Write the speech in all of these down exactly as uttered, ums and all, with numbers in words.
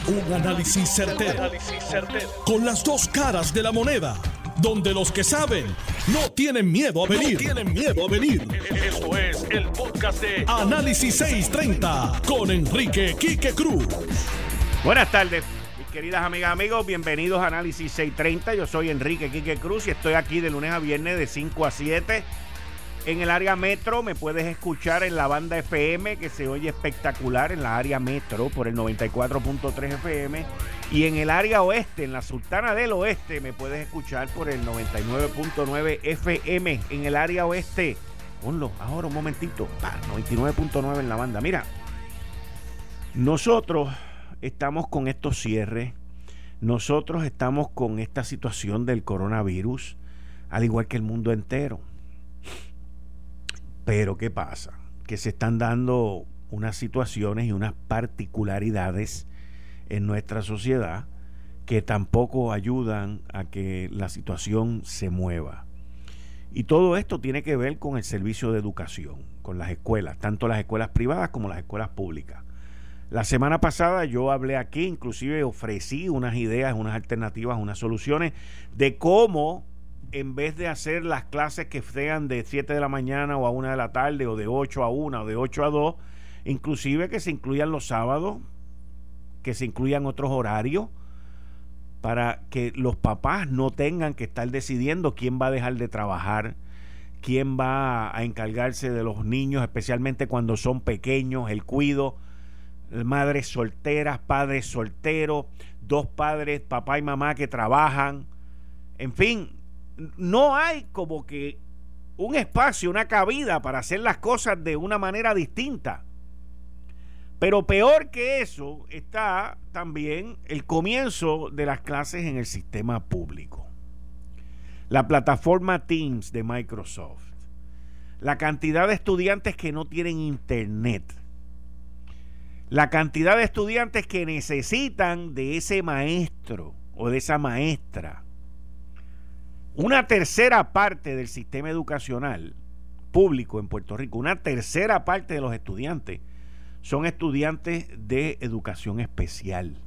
Un análisis certero, con las dos caras de la moneda, donde los que saben no tienen miedo a venir. No tienen miedo a venir. Esto es el podcast de Análisis seiscientos treinta con Enrique Quique Cruz. Buenas tardes, mis queridas amigas y amigos. Bienvenidos a Análisis seiscientos treinta. Yo soy Enrique Quique Cruz y estoy aquí de lunes a viernes de cinco a siete. En el área metro me puedes escuchar en la banda F M, que se oye espectacular en la área metro por el noventa y cuatro punto tres F M. Y en el área oeste, en la Sultana del Oeste, me puedes escuchar por el noventa y nueve punto nueve F M. En el área oeste, ponlo ahora un momentito, pa, noventa y nueve punto nueve en la banda. Mira, nosotros estamos con estos cierres, nosotros estamos con esta situación del coronavirus, al igual que el mundo entero. Pero ¿qué pasa? Que se están dando unas situaciones y unas particularidades en nuestra sociedad que tampoco ayudan a que la situación se mueva. Y todo esto tiene que ver con el servicio de educación, con las escuelas, tanto las escuelas privadas como las escuelas públicas. La semana pasada yo hablé aquí, inclusive ofrecí unas ideas, unas alternativas, unas soluciones de cómo, en vez de hacer las clases que sean de siete de la mañana o a una de la tarde, o de ocho a una o de ocho a dos, inclusive que se incluyan los sábados, que se incluyan otros horarios, para que los papás no tengan que estar decidiendo quién va a dejar de trabajar, quién va a encargarse de los niños, especialmente cuando son pequeños, el cuido, madres solteras, padres solteros, dos padres, papá y mamá que trabajan, en fin. No hay como que un espacio, una cabida para hacer las cosas de una manera distinta. Pero peor que eso está también el comienzo de las clases en el sistema público. La plataforma Teams de Microsoft. La cantidad de estudiantes que no tienen internet. La cantidad de estudiantes que necesitan de ese maestro o de esa maestra. Una tercera parte del sistema educacional público en Puerto Rico, una tercera parte de los estudiantes son estudiantes de educación especial.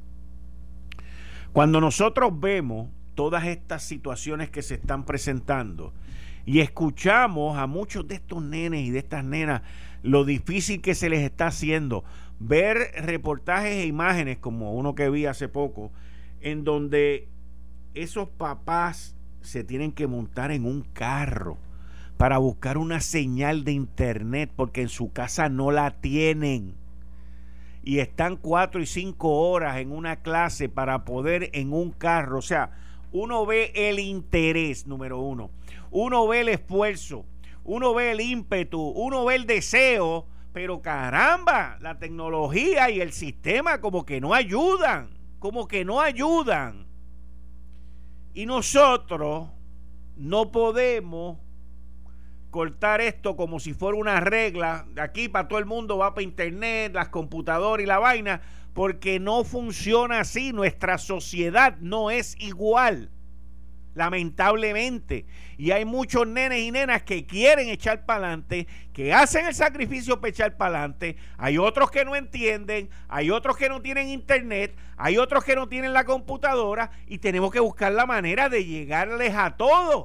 Cuando nosotros vemos todas estas situaciones que se están presentando y escuchamos a muchos de estos nenes y de estas nenas lo difícil que se les está haciendo, ver reportajes e imágenes como uno que vi hace poco, en donde esos papás se tienen que montar en un carro para buscar una señal de internet porque en su casa no la tienen y están cuatro y cinco horas en una clase para poder en un carro. O sea, uno ve el interés, número uno, uno ve el esfuerzo, uno ve el ímpetu, uno ve el deseo, pero caramba, la tecnología y el sistema como que no ayudan, como que no ayudan. Y nosotros no podemos cortar esto como si fuera una regla. De aquí para todo el mundo va para internet, las computadoras y la vaina, porque no funciona así. Nuestra sociedad no es igual, lamentablemente. Y hay muchos nenes y nenas que quieren echar para adelante, que hacen el sacrificio para echar para adelante. Hay otros que no entienden, hay otros que no tienen internet, hay otros que no tienen la computadora, y tenemos que buscar la manera de llegarles a todos.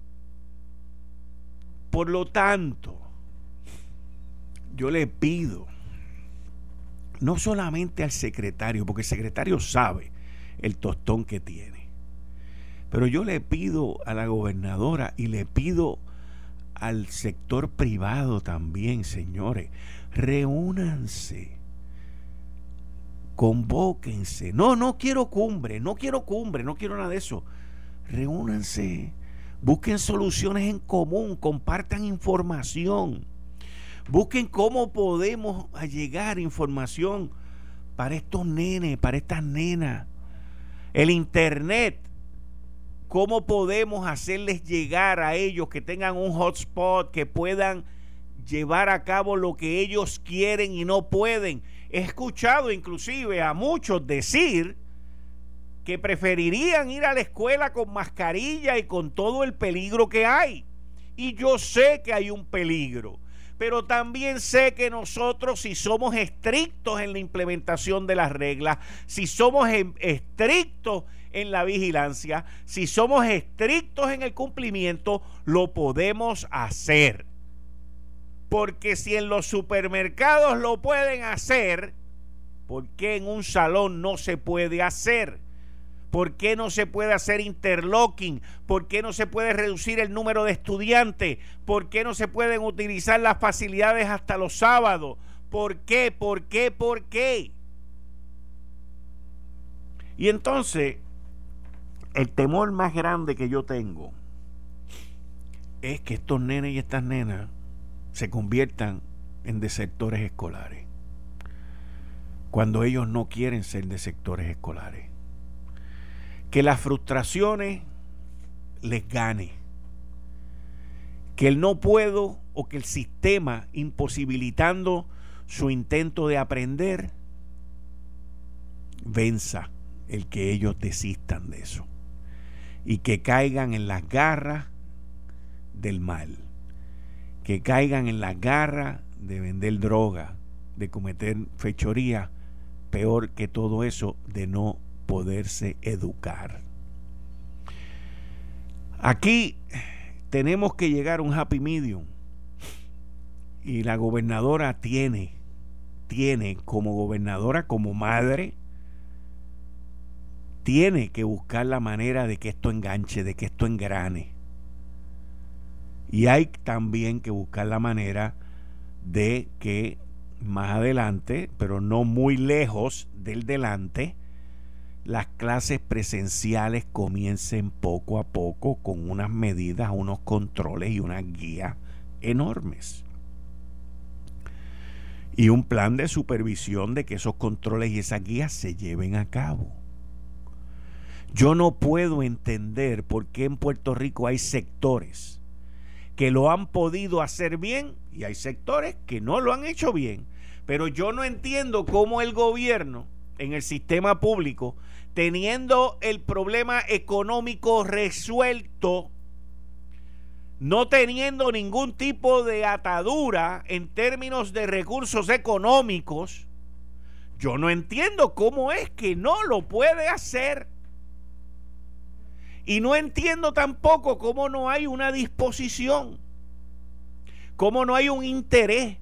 Por lo tanto, yo le pido, no solamente al secretario, porque el secretario sabe el tostón que tiene, pero yo le pido a la gobernadora y le pido al sector privado también, señores, reúnanse, convóquense. No, no quiero cumbre, no quiero cumbre, no quiero nada de eso. Reúnanse, busquen soluciones en común, compartan información, busquen cómo podemos llegar información para estos nenes, para estas nenas. El internet, cómo podemos hacerles llegar a ellos que tengan un hotspot, que puedan llevar a cabo lo que ellos quieren y no pueden. He escuchado inclusive a muchos decir que preferirían ir a la escuela con mascarilla y con todo el peligro que hay. Y yo sé que hay un peligro, pero también sé que nosotros, si somos estrictos en la implementación de las reglas, si somos estrictos en la vigilancia, si somos estrictos en el cumplimiento, lo podemos hacer. Porque si en los supermercados lo pueden hacer, ¿por qué en un salón no se puede hacer? ¿Por qué no se puede hacer interlocking? ¿Por qué no se puede reducir el número de estudiantes? ¿Por qué no se pueden utilizar las facilidades hasta los sábados? ¿Por qué? ¿Por qué? ¿Por qué? Y entonces, el temor más grande que yo tengo es que estos nenes y estas nenas se conviertan en desertores escolares, cuando ellos no quieren ser desertores escolares. Que las frustraciones les gane, que el no puedo o que el sistema imposibilitando su intento de aprender venza el que ellos desistan de eso y que caigan en las garras del mal, que caigan en las garras de vender droga, de cometer fechoría, peor que todo eso, de no poderse educar. Aquí tenemos que llegar a un happy medium, y la gobernadora tiene tiene como gobernadora, como madre, tiene que buscar la manera de que esto enganche, de que esto engrane, y hay también que buscar la manera de que más adelante, pero no muy lejos del delante, las clases presenciales comiencen poco a poco con unas medidas, unos controles y unas guías enormes. Y un plan de supervisión de que esos controles y esas guías se lleven a cabo. Yo no puedo entender por qué en Puerto Rico hay sectores que lo han podido hacer bien y hay sectores que no lo han hecho bien. Pero yo no entiendo cómo el gobierno en el sistema público, teniendo el problema económico resuelto, no teniendo ningún tipo de atadura en términos de recursos económicos, yo no entiendo cómo es que no lo puede hacer. Y no entiendo tampoco cómo no hay una disposición, cómo no hay un interés.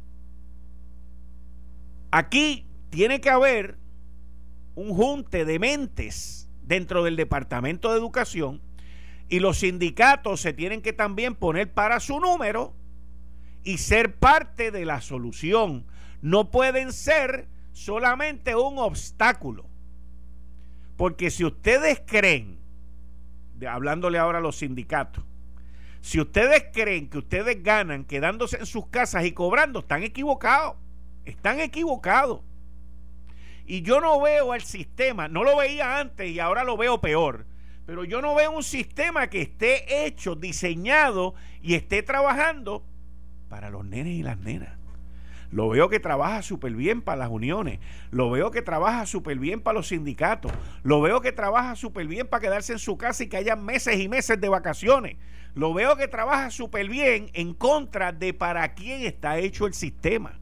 Aquí tiene que haber un junte de mentes dentro del Departamento de Educación, y los sindicatos se tienen que también poner para su número y ser parte de la solución. No pueden ser solamente un obstáculo, porque si ustedes creen, de, hablándole ahora a los sindicatos, si ustedes creen que ustedes ganan quedándose en sus casas y cobrando, están equivocados, están equivocados. Y yo no veo el sistema, no lo veía antes y ahora lo veo peor, pero yo no veo un sistema que esté hecho, diseñado y esté trabajando para los nenes y las nenas. Lo veo que trabaja súper bien para las uniones, lo veo que trabaja súper bien para los sindicatos, lo veo que trabaja súper bien para quedarse en su casa y que haya meses y meses de vacaciones, lo veo que trabaja súper bien en contra de para quién está hecho el sistema.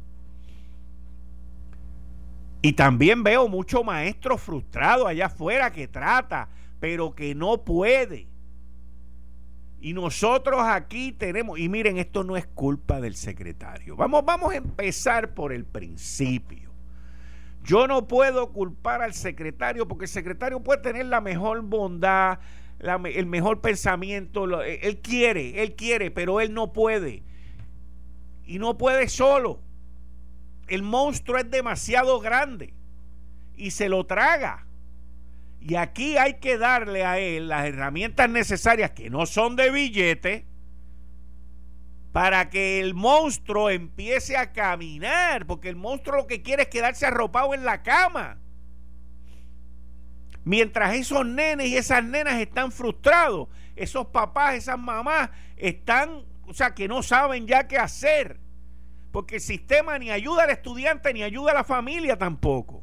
Y también veo mucho maestro frustrado allá afuera que trata, pero que no puede. Y nosotros aquí tenemos, y miren, esto no es culpa del secretario. Vamos, vamos a empezar por el principio. Yo no puedo culpar al secretario porque el secretario puede tener la mejor bondad, la, el mejor pensamiento. Lo, él quiere, él quiere, pero él no puede. Y no puede solo. El monstruo es demasiado grande y se lo traga. Y aquí hay que darle a él las herramientas necesarias, que no son de billete, para que el monstruo empiece a caminar, porque el monstruo lo que quiere es quedarse arropado en la cama. Mientras esos nenes y esas nenas están frustrados, esos papás, esas mamás están, o sea, que no saben ya qué hacer, porque el sistema ni ayuda al estudiante ni ayuda a la familia tampoco.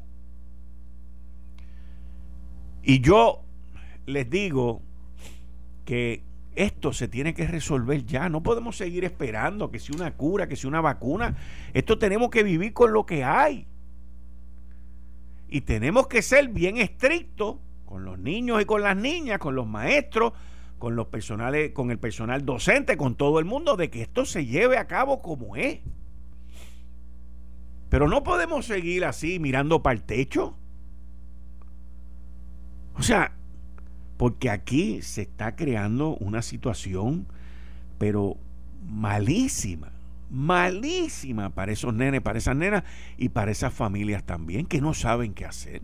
Y yo les digo que esto se tiene que resolver ya. No podemos seguir esperando que si una cura, que si una vacuna. Esto tenemos que vivir con lo que hay. Y tenemos que ser bien estrictos con los niños y con las niñas, con los maestros, con los personales, con el personal docente, con todo el mundo, de que esto se lleve a cabo como es. Pero no podemos seguir así mirando para el techo. O sea, porque aquí se está creando una situación, pero malísima, malísima para esos nenes, para esas nenas y para esas familias también, que no saben qué hacer.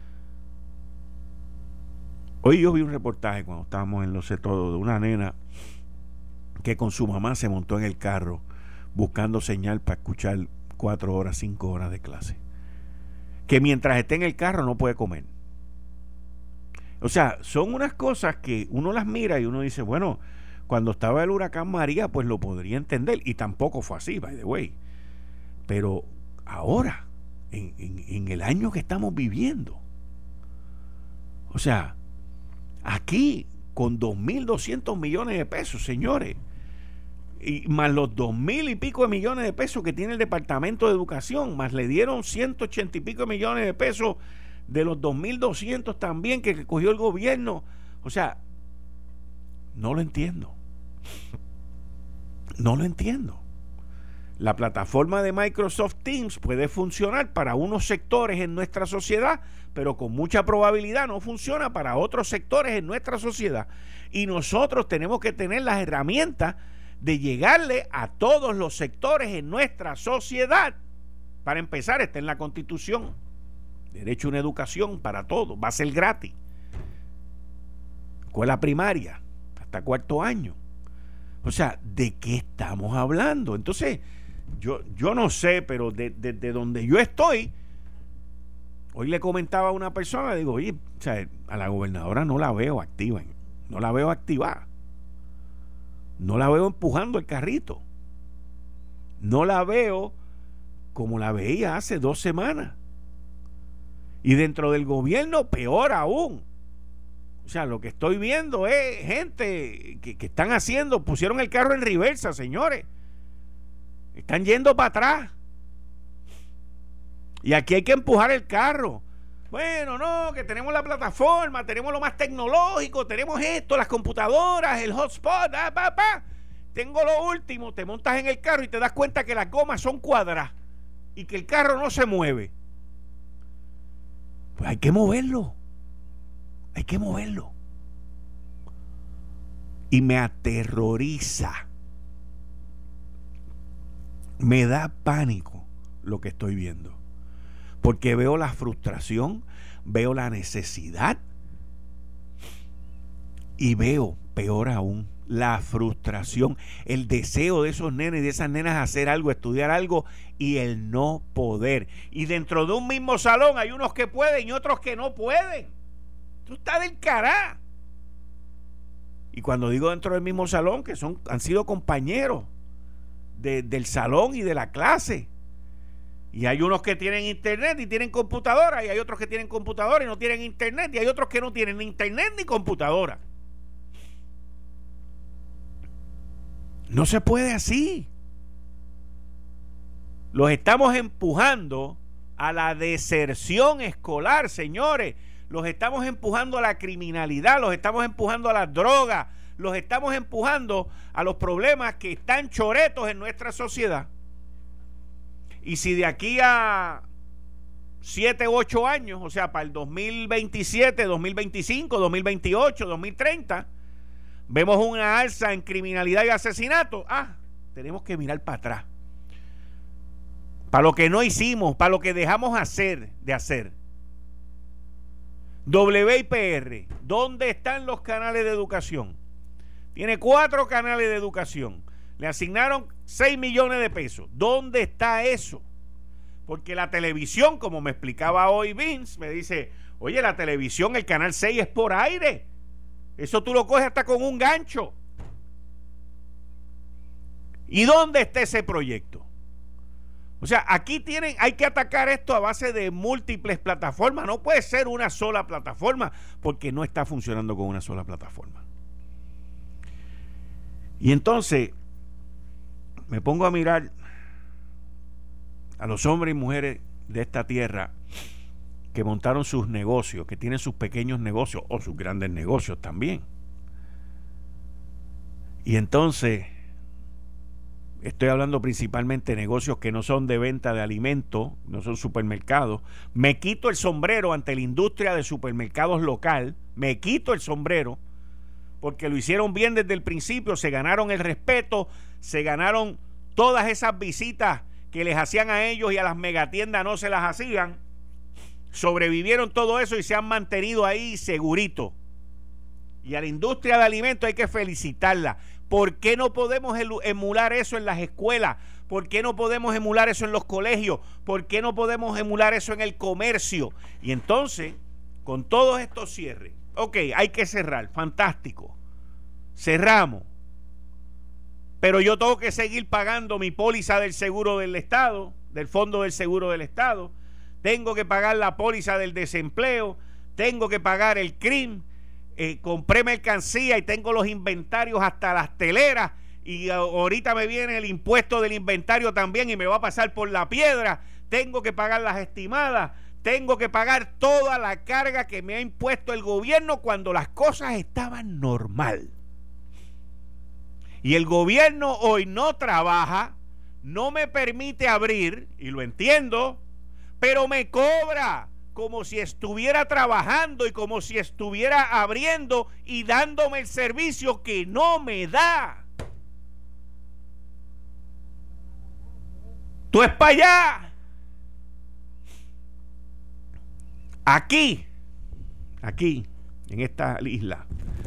Hoy yo vi un reportaje cuando estábamos en Lo Sé Todo de una nena que con su mamá se montó en el carro buscando señal para escuchar cuatro horas, cinco horas de clase. Que mientras esté en el carro no puede comer. O sea, son unas cosas que uno las mira y uno dice, bueno, cuando estaba el huracán María, pues lo podría entender. Y tampoco fue así, by the way. Pero ahora, en, en, en el año que estamos viviendo, o sea, aquí con dos mil doscientos millones de pesos, señores, y más los dos mil y pico de millones de pesos que tiene el Departamento de Educación, más le dieron ciento ochenta y pico de millones de pesos de los dos mil doscientos también que cogió el gobierno. O sea, no lo entiendo. No lo entiendo. La plataforma de Microsoft Teams puede funcionar para unos sectores en nuestra sociedad, pero con mucha probabilidad no funciona para otros sectores en nuestra sociedad. Y nosotros tenemos que tener las herramientas de llegarle a todos los sectores en nuestra sociedad. Para empezar, está en la Constitución. Derecho a una educación para todos. Va a ser gratis. Escuela primaria, hasta cuarto año. O sea, ¿de qué estamos hablando? Entonces, yo, yo no sé, pero desde de, de donde yo estoy, hoy le comentaba a una persona, le digo, oye, o sea, a la gobernadora no la veo activa, no la veo activada. No la veo empujando el carrito. No la veo como la veía hace dos semanas. Y dentro del gobierno, peor aún. O sea, lo que estoy viendo es gente que, que están haciendo, pusieron el carro en reversa, señores. Están yendo para atrás. Y aquí hay que empujar el carro. Bueno, no, que tenemos la plataforma, tenemos lo más tecnológico, tenemos esto, las computadoras, el hotspot, ah, pa, pa. Tengo lo último, te montas en el carro y te das cuenta que las gomas son cuadradas y que el carro no se mueve. Pues hay que moverlo. Hay que moverlo. Y me aterroriza. Me da pánico lo que estoy viendo. Porque veo la frustración, veo la necesidad y veo, peor aún, la frustración, el deseo de esos nenes y de esas nenas hacer algo, estudiar algo y el no poder. Y dentro de un mismo salón hay unos que pueden y otros que no pueden. Esto está del cará. Y cuando digo dentro del mismo salón, que son, han sido compañeros de, del salón y de la clase. Y hay unos que tienen internet y tienen computadora, y hay otros que tienen computadora y no tienen internet, y hay otros que no tienen ni internet ni computadora. No se puede así. Los estamos empujando a la deserción escolar, señores. Los estamos empujando a la criminalidad, los estamos empujando a las drogas, los estamos empujando a los problemas que están choretos en nuestra sociedad. Y si de aquí a siete u ocho años, o sea, para el dos mil veintisiete, dos mil veinticinco, dos mil veintiocho, dos mil treinta, vemos una alza en criminalidad y asesinato, ah, tenemos que mirar para atrás. Para lo que no hicimos, para lo que dejamos hacer, de hacer. W I P R, ¿dónde están los canales de educación? Tiene cuatro canales de educación. Le asignaron seis millones de pesos. ¿Dónde está eso? Porque la televisión, como me explicaba hoy Vince, me dice, oye, la televisión, el canal seis es por aire. Eso tú lo coges hasta con un gancho. ¿Y dónde está ese proyecto? O sea, aquí tienen, hay que atacar esto a base de múltiples plataformas. No puede ser una sola plataforma porque no está funcionando con una sola plataforma. Y entonces me pongo a mirar a los hombres y mujeres de esta tierra que montaron sus negocios, que tienen sus pequeños negocios o sus grandes negocios también. Y entonces estoy hablando principalmente de negocios que no son de venta de alimentos, no son supermercados. Me quito el sombrero ante la industria de supermercados local, me quito el sombrero, porque lo hicieron bien desde el principio, se ganaron el respeto, se ganaron todas esas visitas que les hacían a ellos y a las megatiendas no se las hacían. Sobrevivieron todo eso y se han mantenido ahí seguritos. Y a la industria de alimentos hay que felicitarla. ¿Por qué no podemos emular eso en las escuelas? ¿Por qué no podemos emular eso en los colegios? ¿Por qué no podemos emular eso en el comercio? Y entonces, con todos estos cierres, ok, hay que cerrar, fantástico. Cerramos. Pero yo tengo que seguir pagando mi póliza del seguro del Estado, del Fondo del Seguro del Estado. Tengo que pagar la póliza del desempleo. Tengo que pagar el C R I M. Eh, compré mercancía y tengo los inventarios hasta las teleras. Y ahorita me viene el impuesto del inventario también y me va a pasar por la piedra. Tengo que pagar las estimadas. Tengo que pagar toda la carga que me ha impuesto el gobierno cuando las cosas estaban normal. Y el gobierno hoy no trabaja, no me permite abrir, y lo entiendo, pero me cobra como si estuviera trabajando y como si estuviera abriendo y dándome el servicio que no me da. Tú es para allá. Aquí, aquí, en esta isla,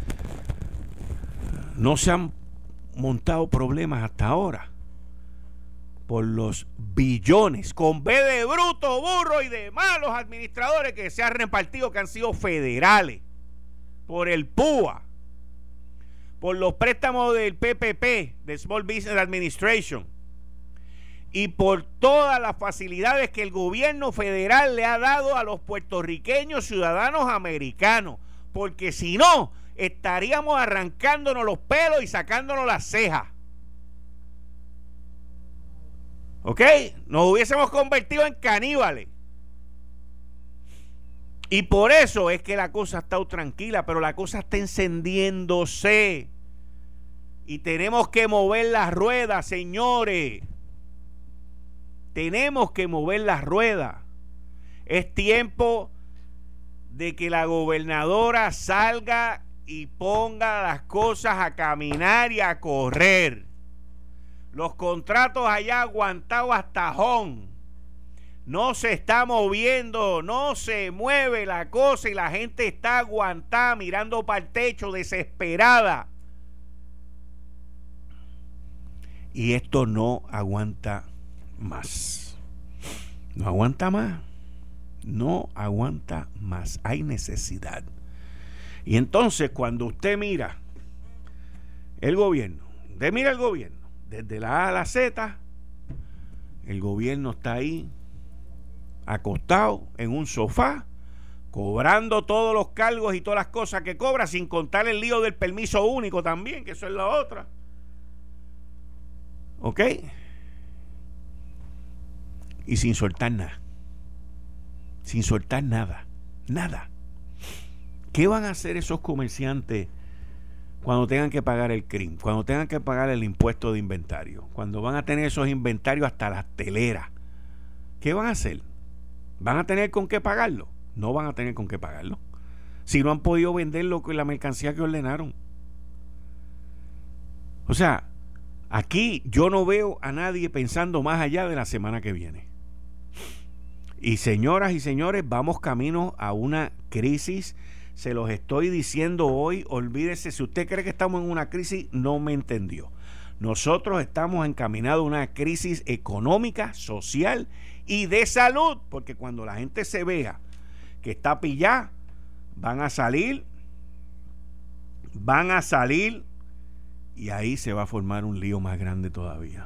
no se han montado problemas hasta ahora por los billones, con B de bruto, burro y de malos administradores que se han repartido, que han sido federales, por el P U A, por los préstamos del P P P, del Small Business Administration, y por todas las facilidades que el gobierno federal le ha dado a los puertorriqueños ciudadanos americanos, porque si no, estaríamos arrancándonos los pelos y sacándonos las cejas. ¿Ok? Nos hubiésemos convertido en caníbales. Y por eso es que la cosa ha estado tranquila, pero la cosa está encendiéndose. Y tenemos que mover las ruedas, señores. Tenemos que mover las ruedas. Es tiempo de que la gobernadora salga y ponga las cosas a caminar y a correr. Los contratos allá aguantados hasta jón. No se está moviendo, no se mueve la cosa y la gente está aguantada mirando para el techo desesperada. Y esto no aguanta más. No aguanta más. No aguanta más. Hay necesidad. Y entonces cuando usted mira el gobierno, usted mira el gobierno, desde la A a la Z, el gobierno está ahí acostado en un sofá, cobrando todos los cargos y todas las cosas que cobra, sin contar el lío del permiso único también, que eso es la otra. ¿Ok? Y sin soltar nada. Sin soltar nada. Nada. ¿Qué van a hacer esos comerciantes cuando tengan que pagar el C R I M? Cuando tengan que pagar el impuesto de inventario. Cuando van a tener esos inventarios hasta las teleras. ¿Qué van a hacer? ¿Van a tener con qué pagarlo? No van a tener con qué pagarlo. Si no han podido vender lo que la mercancía que ordenaron. O sea, aquí yo no veo a nadie pensando más allá de la semana que viene. Y señoras y señores, vamos camino a una crisis. Se los estoy diciendo hoy. Olvídese, si usted cree que estamos en una crisis, no me entendió. Nosotros estamos encaminados a una crisis económica, social y de salud, porque cuando la gente se vea que está pillada, van a salir, van a salir y ahí se va a formar un lío más grande todavía.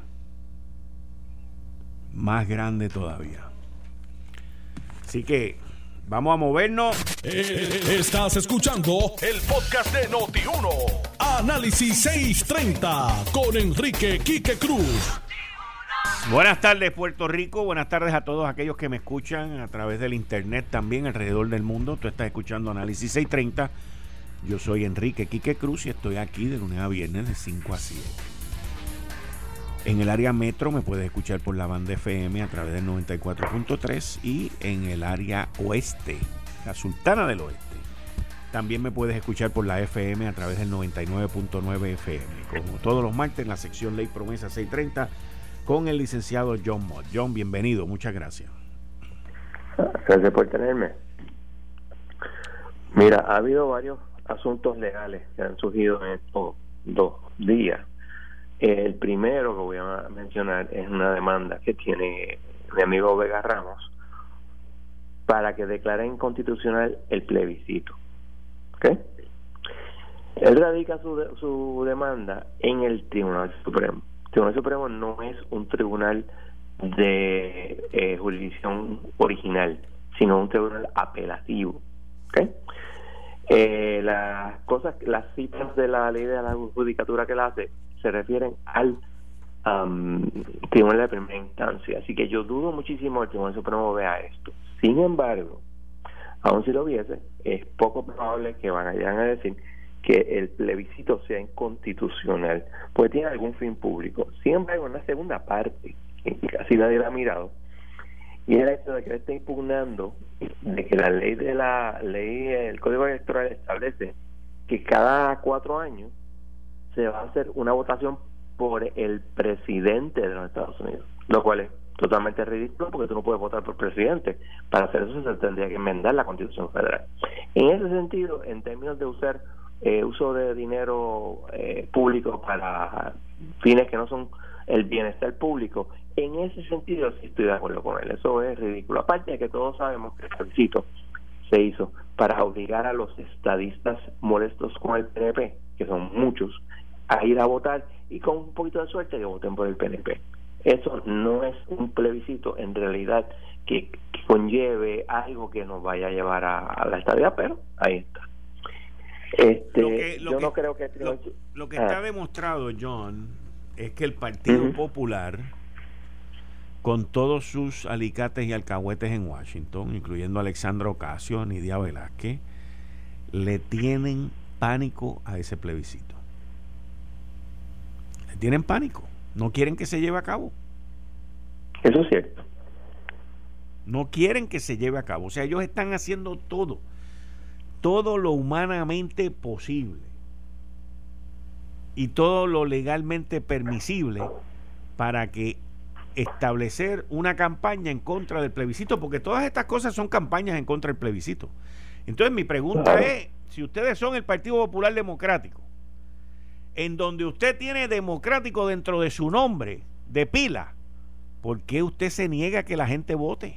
Más grande todavía. Así que vamos a movernos. Estás escuchando el podcast de Noti uno. Análisis seiscientos treinta con Enrique Quique Cruz. Buenas tardes, Puerto Rico. Buenas tardes a todos aquellos que me escuchan a través del internet también alrededor del mundo. Tú estás escuchando Análisis seiscientos treinta. Yo soy Enrique Quique Cruz y estoy aquí de lunes a viernes de cinco a siete. En el área metro me puedes escuchar por la banda F M a través del noventa y cuatro punto tres y en el área oeste, la Sultana del Oeste, también me puedes escuchar por la F M a través del noventa y nueve punto nueve F M. Como todos los martes en la sección Ley Promesa seiscientos treinta con el licenciado John Mott. John, bienvenido, muchas gracias. Gracias por tenerme. Mira, ha habido varios asuntos legales que han surgido en estos dos días. El primero que voy a mencionar es una demanda que tiene mi amigo Vega Ramos para que declare inconstitucional el plebiscito. ¿Okay? Él radica su, de, su demanda en el Tribunal Supremo. El Tribunal Supremo no es un tribunal de eh, jurisdicción original, sino un tribunal apelativo. ¿Okay? Eh, las cosas, las citas de la ley de la judicatura que él hace se refieren al um, tribunal de primera instancia, así que yo dudo muchísimo que el Tribunal Supremo vea esto. Sin embargo, aun si lo viese, es poco probable que vayan a decir que el plebiscito sea inconstitucional, porque tiene algún fin público. Sin embargo, en la segunda parte, que casi nadie la ha mirado, y el hecho de que él esté impugnando de que la ley de la ley, el Código Electoral establece que cada cuatro años se va a hacer una votación por el presidente de los Estados Unidos, lo cual es totalmente ridículo porque tú no puedes votar por presidente. Para hacer eso se tendría que enmendar la Constitución Federal. En ese sentido, en términos de usar eh, uso de dinero eh, público para fines que no son el bienestar público, en ese sentido sí estoy de acuerdo con él. Eso es ridículo. Aparte de que todos sabemos que el plebiscito se hizo para obligar a los estadistas molestos con el P N P, que son muchos, a ir a votar y con un poquito de suerte que voten por el P N P. Eso no es un plebiscito en realidad que, que conlleve algo que nos vaya a llevar a, a la estadía, pero ahí está. Este, lo que, lo yo que, no creo que lo, lo que ah. está demostrado, John, es que el Partido uh-huh. Popular, con todos sus alicates y alcahuetes en Washington, incluyendo a Alexandra Ocasio, Nidia Velázquez, le tienen pánico a ese plebiscito. Le tienen pánico. No quieren que se lleve a cabo. Eso es cierto. No quieren que se lleve a cabo. O sea, ellos están haciendo todo, todo lo humanamente posible y todo lo legalmente permisible para que establecer una campaña en contra del plebiscito, porque todas estas cosas son campañas en contra del plebiscito. Entonces mi pregunta claro. es, si ustedes son el Partido Popular Democrático, en donde usted tiene democrático dentro de su nombre, de pila, ¿por qué usted se niega a que la gente vote?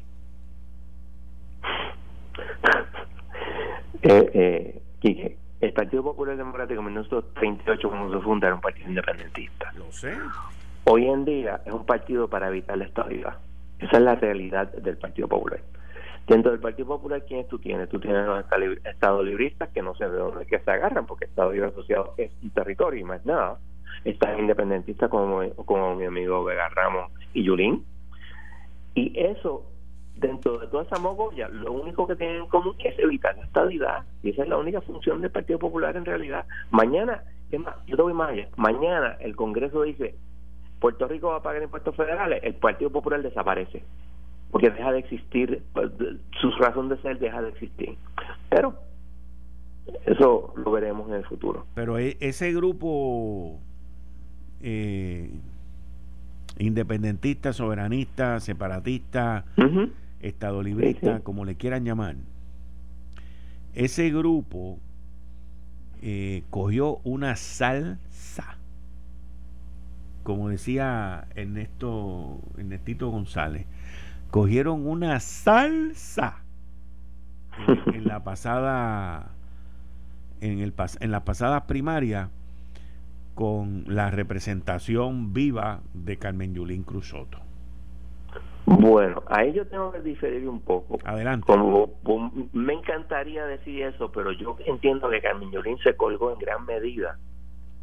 Eh, eh, Quique, el Partido Popular Democrático en mil novecientos treinta y ocho, cuando se funda, era un partido independentista. Lo sé. Hoy en día es un partido para evitar la estabilidad. Esa es la realidad del Partido Popular. Dentro del Partido Popular, ¿quiénes tú tienes? Tú tienes los estados libristas, que no sé de dónde que se agarran, porque Estado Libre Asociado es un territorio y más nada. Están independentistas como, como mi amigo Vega Ramos y Yulín. Y eso, dentro de toda esa mogolla, lo único que tienen en común es evitar la estabilidad. Y esa es la única función del Partido Popular en realidad. Mañana, es más, yo te voy más allá. Mañana el Congreso dice, Puerto Rico va a pagar impuestos federales, el Partido Popular desaparece, porque deja de existir, su razón de ser deja de existir. Pero eso lo veremos en el futuro. Pero ese grupo eh, independentista, soberanista, separatista, uh-huh. estadolibrista, sí, sí. como le quieran llamar, ese grupo eh, cogió una salsa, como decía Ernesto Ernestito González, cogieron una salsa en, en la pasada en el en las pasadas primarias con la representación viva de Carmen Yulín Cruz Soto. Bueno, ahí yo tengo que diferir un poco. Adelante. Como, como, me encantaría decir eso, pero yo entiendo que Carmen Yulín se colgó en gran medida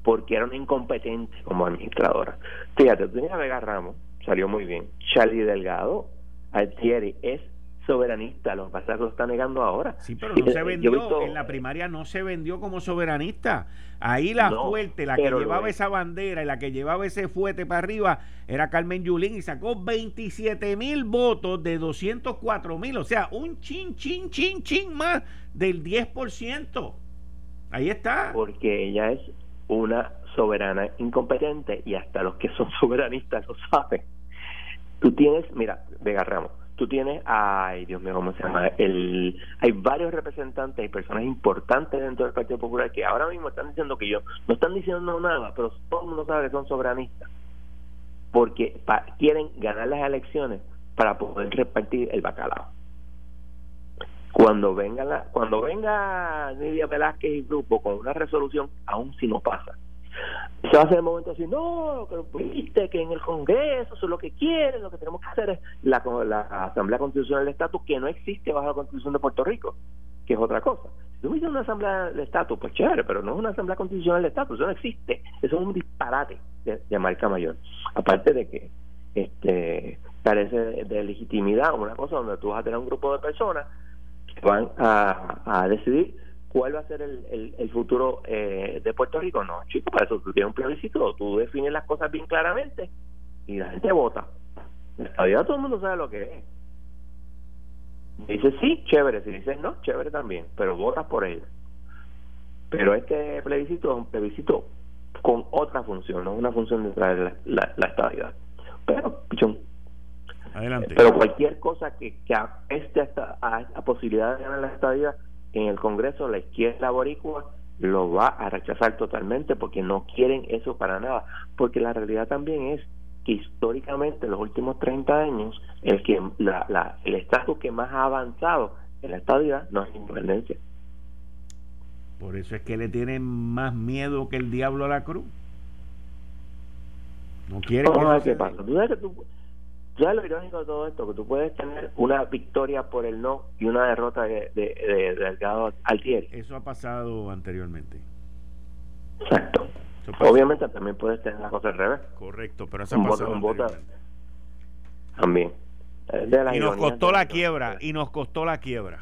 porque era una incompetente como administradora. Fíjate, tú tenías a Vega Ramos, salió muy bien. Charlie Delgado, Altieri, es soberanista, lo que pasa es que lo está negando ahora. Sí, pero no se vendió, visto, en la primaria no se vendió como soberanista. Ahí la no, fuerte, la que llevaba esa bandera y la que llevaba ese fuete para arriba era Carmen Yulín y sacó veintisiete mil votos de doscientos cuatro mil, o sea, un chin, chin, chin, chin más del diez por ciento. Ahí está. Porque ella es una soberana incompetente y hasta los que son soberanistas lo saben. Tú tienes, mira, Vega Ramos, tú tienes, ay Dios mío, ¿cómo se llama? El, hay varios representantes y personas importantes dentro del Partido Popular que ahora mismo están diciendo que yo, no están diciendo nada, pero todo el mundo sabe que son soberanistas, porque pa, quieren ganar las elecciones para poder repartir el bacalao. Cuando venga la, cuando venga Nidia Velázquez y grupo con una resolución, aún si no pasa, se va a hacer el momento así, no, que viste que en el Congreso eso es lo que quieren, lo que tenemos que hacer es la, la Asamblea Constitucional de Estatus, que no existe bajo la Constitución de Puerto Rico, que es otra cosa. Si tú me dices una Asamblea de Estatus, pues chévere, pero no es una Asamblea Constitucional de Estatus, eso no existe, eso es un disparate de, de marca mayor. Aparte de que este carece de, de legitimidad, una cosa donde tú vas a tener un grupo de personas que van a, a decidir cuál va a ser el, el, el futuro eh, de Puerto Rico. No, chicos, para eso tú tienes un plebiscito, tú defines las cosas bien claramente y la gente vota. En realidad todo el mundo sabe lo que es. Dices sí, chévere, si dices no, chévere también, pero votas por ello. Pero este plebiscito es un plebiscito con otra función, no es una función de traer la, la, la estabilidad. Pero, pichón. Adelante. Pero cualquier cosa que, que apeste a esta, a esta posibilidad de ganar la estabilidad, en el Congreso la izquierda boricua lo va a rechazar totalmente porque no quieren eso para nada, porque la realidad también es que históricamente en los últimos treinta años el que la, la, el estatus que más ha avanzado en la estabilidad no es la independencia. Por eso es que le tienen más miedo que el diablo a la cruz. No quieren no, que no, ¿qué pasa? ¿Tú sabes que tú Ya lo irónico de todo esto, que tú puedes tener una victoria por el no y una derrota de, de, de, de Delgado Altieri? Eso ha pasado anteriormente. Exacto. Obviamente también puedes tener las cosas al revés. Correcto, pero eso ha un pasado voto, un voto también. De y nos costó la quiebra, y nos costó la quiebra.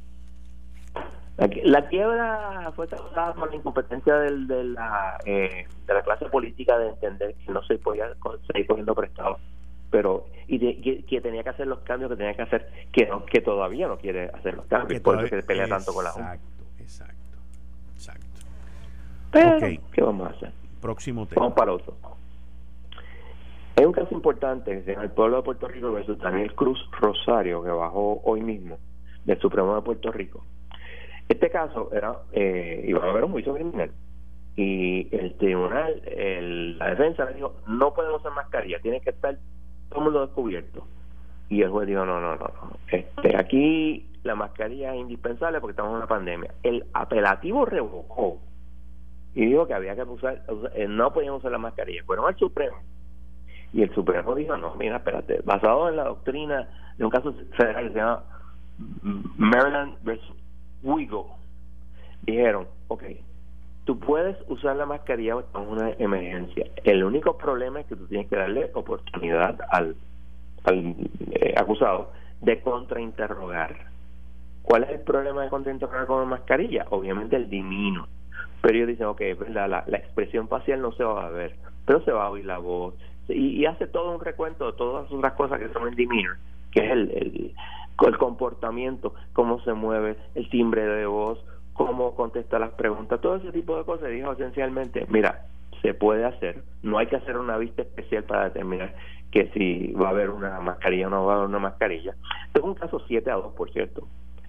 La, la quiebra fue causada por la incompetencia del, de, la, eh, de la clase política de entender que no se podía seguir cogiendo prestado, pero y de, que, que tenía que hacer los cambios que tenía que hacer, que no, que todavía no quiere hacer los cambios, por eso que se pelea tanto con la Junta. Exacto, exacto, exacto. Pero, okay. ¿qué vamos a hacer? Próximo tema. Vamos para otro. Hay un caso importante que se llama el pueblo de Puerto Rico versus Daniel Cruz Rosario, que bajó hoy mismo del Supremo de Puerto Rico. Este caso era eh, iba a haber un juicio criminal y el tribunal, el, la defensa le dijo no podemos usar mascarilla, tiene que estar todo el mundo descubierto, y el juez dijo no, no, no, no. Este, aquí la mascarilla es indispensable porque estamos en una pandemia. El apelativo revocó y dijo que había que usar, usar no podíamos usar la mascarilla. Fueron al Supremo y el Supremo dijo no, mira, espérate, basado en la doctrina de un caso federal que se llama Maryland versus Wigo, dijeron, ok, tú puedes usar la mascarilla en una emergencia. El único problema es que tú tienes que darle oportunidad al, al eh, acusado de contrainterrogar. ¿Cuál es el problema de contrainterrogar con la mascarilla? Obviamente el dimino. Pero ellos dicen, ok, la, la, la expresión facial no se va a ver, pero se va a oír la voz. Y, y hace todo un recuento de todas las otras cosas que son el demeanor, que es el, el el comportamiento, cómo se mueve, el timbre de voz, cómo contesta las preguntas, todo ese tipo de cosas. Dijo esencialmente, mira, se puede hacer, no hay que hacer una vista especial para determinar que si va a haber una mascarilla o no va a haber una mascarilla. Este es un caso siete a dos, por cierto.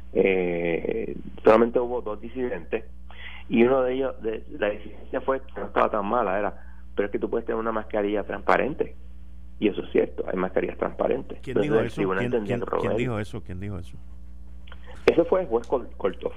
Eh, solamente hubo dos disidentes y uno de ellos, de, la disidencia fue que no estaba tan mala, era, pero es que tú puedes tener una mascarilla transparente. Y eso es cierto, hay mascarillas transparentes. ¿Quién dijo eso? ¿Quién, ¿quién, ¿quién dijo eso? ¿Quién dijo eso? Ese fue el juez Kolthoff.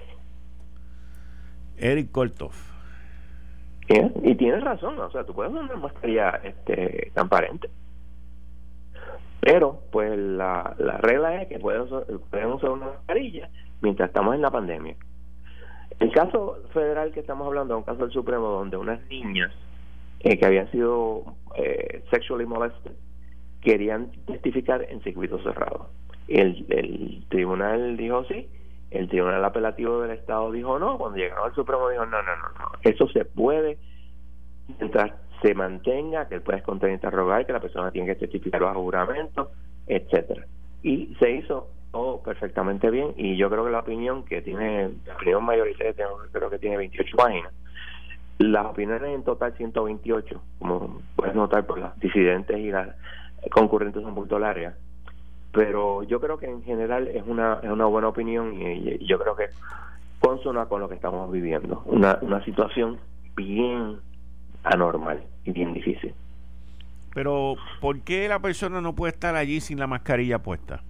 Eric Kolthoff. ¿Eh? Y tienes razón, o sea, tú puedes usar una mascarilla este, transparente. Pero, pues, la, la regla es que pueden usar, pueden usar una mascarilla mientras estamos en la pandemia. El caso federal que estamos hablando es un caso del Supremo donde unas niñas eh, que habían sido eh, sexually molested querían testificar en circuito cerrado. El, el tribunal dijo sí, el tribunal apelativo del estado dijo no, cuando llegaron al Supremo dijo no, no, no, no, eso se puede mientras se mantenga, que él puede contrainterrogar, que la persona tiene que testificar bajo juramento, etcétera. Y se hizo todo perfectamente bien, y yo creo que la opinión que tiene, la opinión mayoritaria creo que tiene veintiocho páginas, las opiniones en total ciento veintiocho, como puedes notar por las disidentes y las concurrentes son punto largas, pero yo creo que en general es una es una buena opinión, y, y yo creo que consona con lo que estamos viviendo, una, una situación bien anormal y bien difícil. Pero ¿por qué la persona no puede estar allí sin la mascarilla puesta?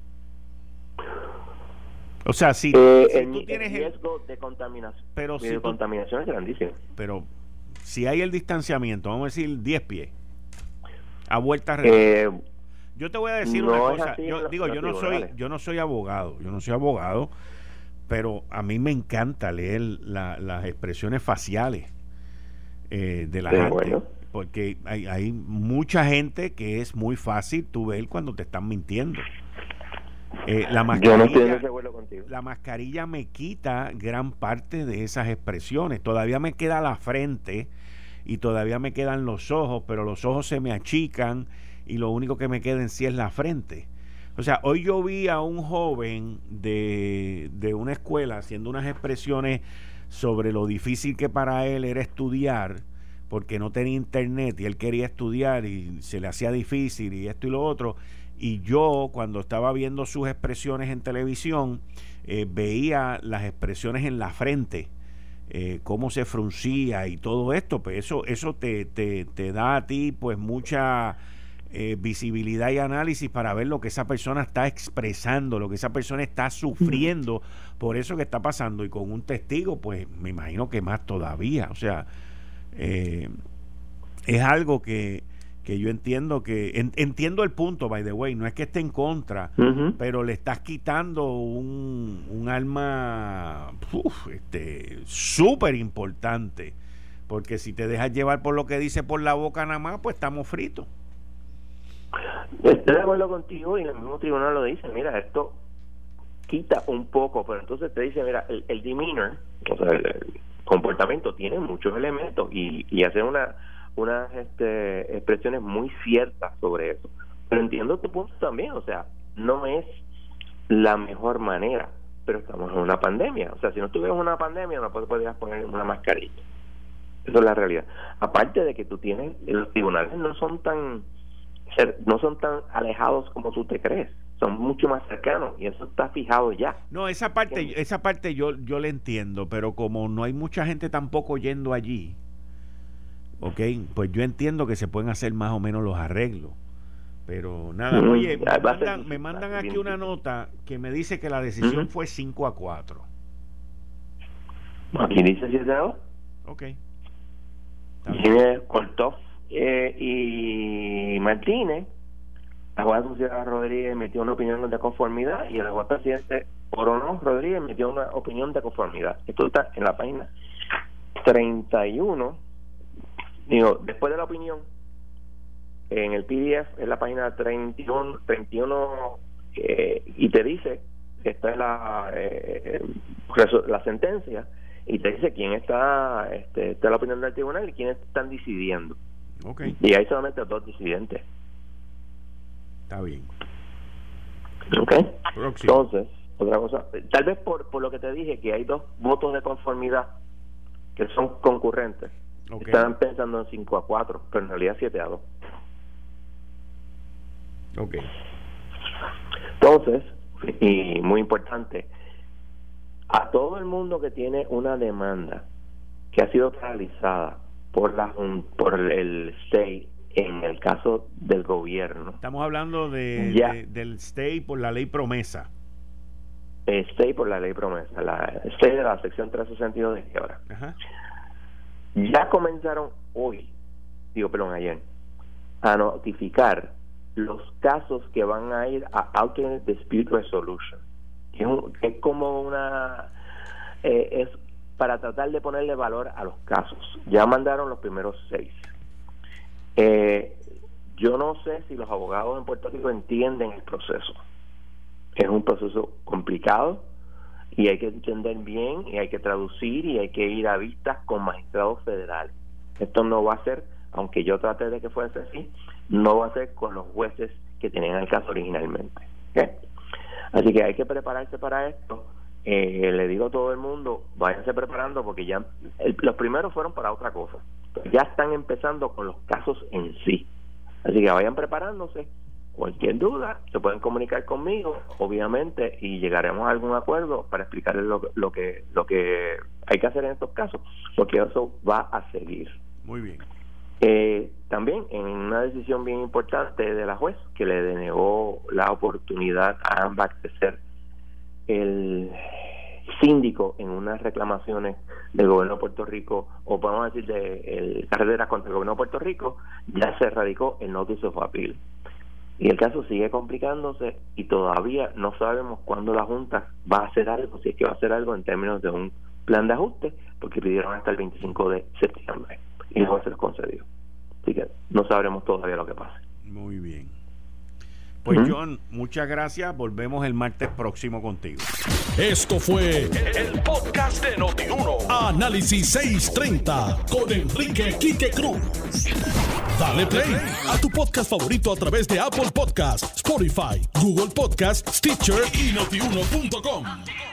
O sea, si, eh, si el, tú tienes el riesgo el, de contaminación, pero de si tú, contaminación es grandísimo. Pero si hay el distanciamiento, vamos a decir diez pies a vuelta eh, yo te voy a decir no una cosa. Yo los, digo, los yo no soy, yo no soy abogado, yo no soy abogado, pero a mí me encanta leer la, las expresiones faciales eh, de la sí, gente, bueno. porque hay, hay mucha gente que es muy fácil tú ver cuando te están mintiendo. Eh, la mascarilla, yo no estoy de acuerdo contigo. La mascarilla me quita gran parte de esas expresiones. Todavía me queda la frente y todavía me quedan los ojos, pero los ojos se me achican y lo único que me queda en sí es la frente. O sea, hoy yo vi a un joven de, de una escuela haciendo unas expresiones sobre lo difícil que para él era estudiar, porque no tenía internet y él quería estudiar y se le hacía difícil y esto y lo otro. Y yo, cuando estaba viendo sus expresiones en televisión, eh, veía las expresiones en la frente, eh, cómo se fruncía y todo esto. Pues eso, eso te, te, te da a ti pues mucha eh, visibilidad y análisis para ver lo que esa persona está expresando, lo que esa persona está sufriendo por eso que está pasando. Y con un testigo, pues me imagino que más todavía. O sea, eh, es algo que... que yo entiendo que en, entiendo el punto, by the way, no es que esté en contra, uh-huh. pero le estás quitando un, un alma uf, este súper importante, porque si te dejas llevar por lo que dice por la boca nada más, pues estamos fritos. Estoy de acuerdo contigo, y en el mismo tribunal lo dice, mira, esto quita un poco, pero entonces te dice, mira, el, el demeanor, o sea, el, el comportamiento tiene muchos elementos, y, y hacer una unas este, expresiones muy ciertas sobre eso. Pero entiendo tu punto también, o sea, no es la mejor manera, pero estamos en una pandemia. O sea, si no estuvieras en una pandemia, no podrías poner una mascarilla. Eso es la realidad. Aparte de que tú tienes, los tribunales no son tan no son tan alejados como tú te crees, son mucho más cercanos, y eso está fijado ya. No, esa parte, esa parte yo, yo la entiendo, pero como no hay mucha gente tampoco yendo allí, ok, pues yo entiendo que se pueden hacer más o menos los arreglos, pero nada. Mm, oye, me mandan, me mandan aquí una nota que me dice que la decisión uh-huh. fue cinco a cuatro. Aquí dice siete a dos. Ok. Jiménez cortó eh, y Martínez, la jueza Sociedad Rodríguez metió una opinión de conformidad, y el juez presidente Orono Rodríguez metió una opinión de conformidad. Esto está en la página treinta y uno. Digo, después de la opinión, en el P D F, en la página treinta y uno, treinta y, uno eh, y te dice, esta es la eh, la sentencia, y te dice quién está, este, está la opinión del tribunal y quiénes están decidiendo. Okay. Y hay solamente dos disidentes. Está bien. Ok. Próximo. Entonces, otra cosa, tal vez por, por lo que te dije, que hay dos votos de conformidad que son concurrentes. Okay. Estaban pensando en cinco a cuatro, pero en realidad siete a dos. Ok. Entonces, y muy importante, a todo el mundo que tiene una demanda que ha sido realizada por la por el state en el caso del gobierno. Estamos hablando de, de del state por la ley promesa. El state por la ley promesa, la state de la sección trescientos sesenta y dos de quiebra. Ajá. Ya comenzaron hoy, digo, perdón, ayer, a notificar los casos que van a ir a Alternate Dispute Resolution, que es, un, que es como una eh, es para tratar de ponerle valor a los casos. Ya mandaron los primeros seis. Eh, yo no sé si los abogados en Puerto Rico entienden el proceso. Es un proceso complicado y hay que entender bien y hay que traducir y hay que ir a vistas con magistrados federales. Esto no va a ser, aunque yo traté de que fuese así, no va a ser con los jueces que tenían el caso originalmente. ¿Okay? Así que hay que prepararse para esto. Eh, le digo a todo el mundo, váyanse preparando porque ya el, los primeros fueron para otra cosa. Ya están empezando con los casos en sí. Así que vayan preparándose. Cualquier duda se pueden comunicar conmigo, obviamente, y llegaremos a algún acuerdo para explicarles lo, lo que lo que hay que hacer en estos casos, porque eso va a seguir. Muy bien. Eh, también en una decisión bien importante de la juez que le denegó la oportunidad a AMBAC de ser el síndico en unas reclamaciones del gobierno de Puerto Rico, o podemos decir de el, carreras contra el gobierno de Puerto Rico, ya se radicó el notice of appeal. Y el caso sigue complicándose y todavía no sabemos cuándo la Junta va a hacer algo, si es que va a hacer algo en términos de un plan de ajuste, porque pidieron hasta el veinticinco de septiembre y no se les concedió. Así que no sabremos todavía lo que pase. Muy bien. Pues uh-huh. John, muchas gracias. Volvemos el martes próximo contigo. Esto fue el podcast de Noti uno. Análisis seiscientos treinta con Enrique Quique Cruz. Dale play a tu podcast favorito a través de Apple Podcasts, Spotify, Google Podcasts, Stitcher y notiuno punto com.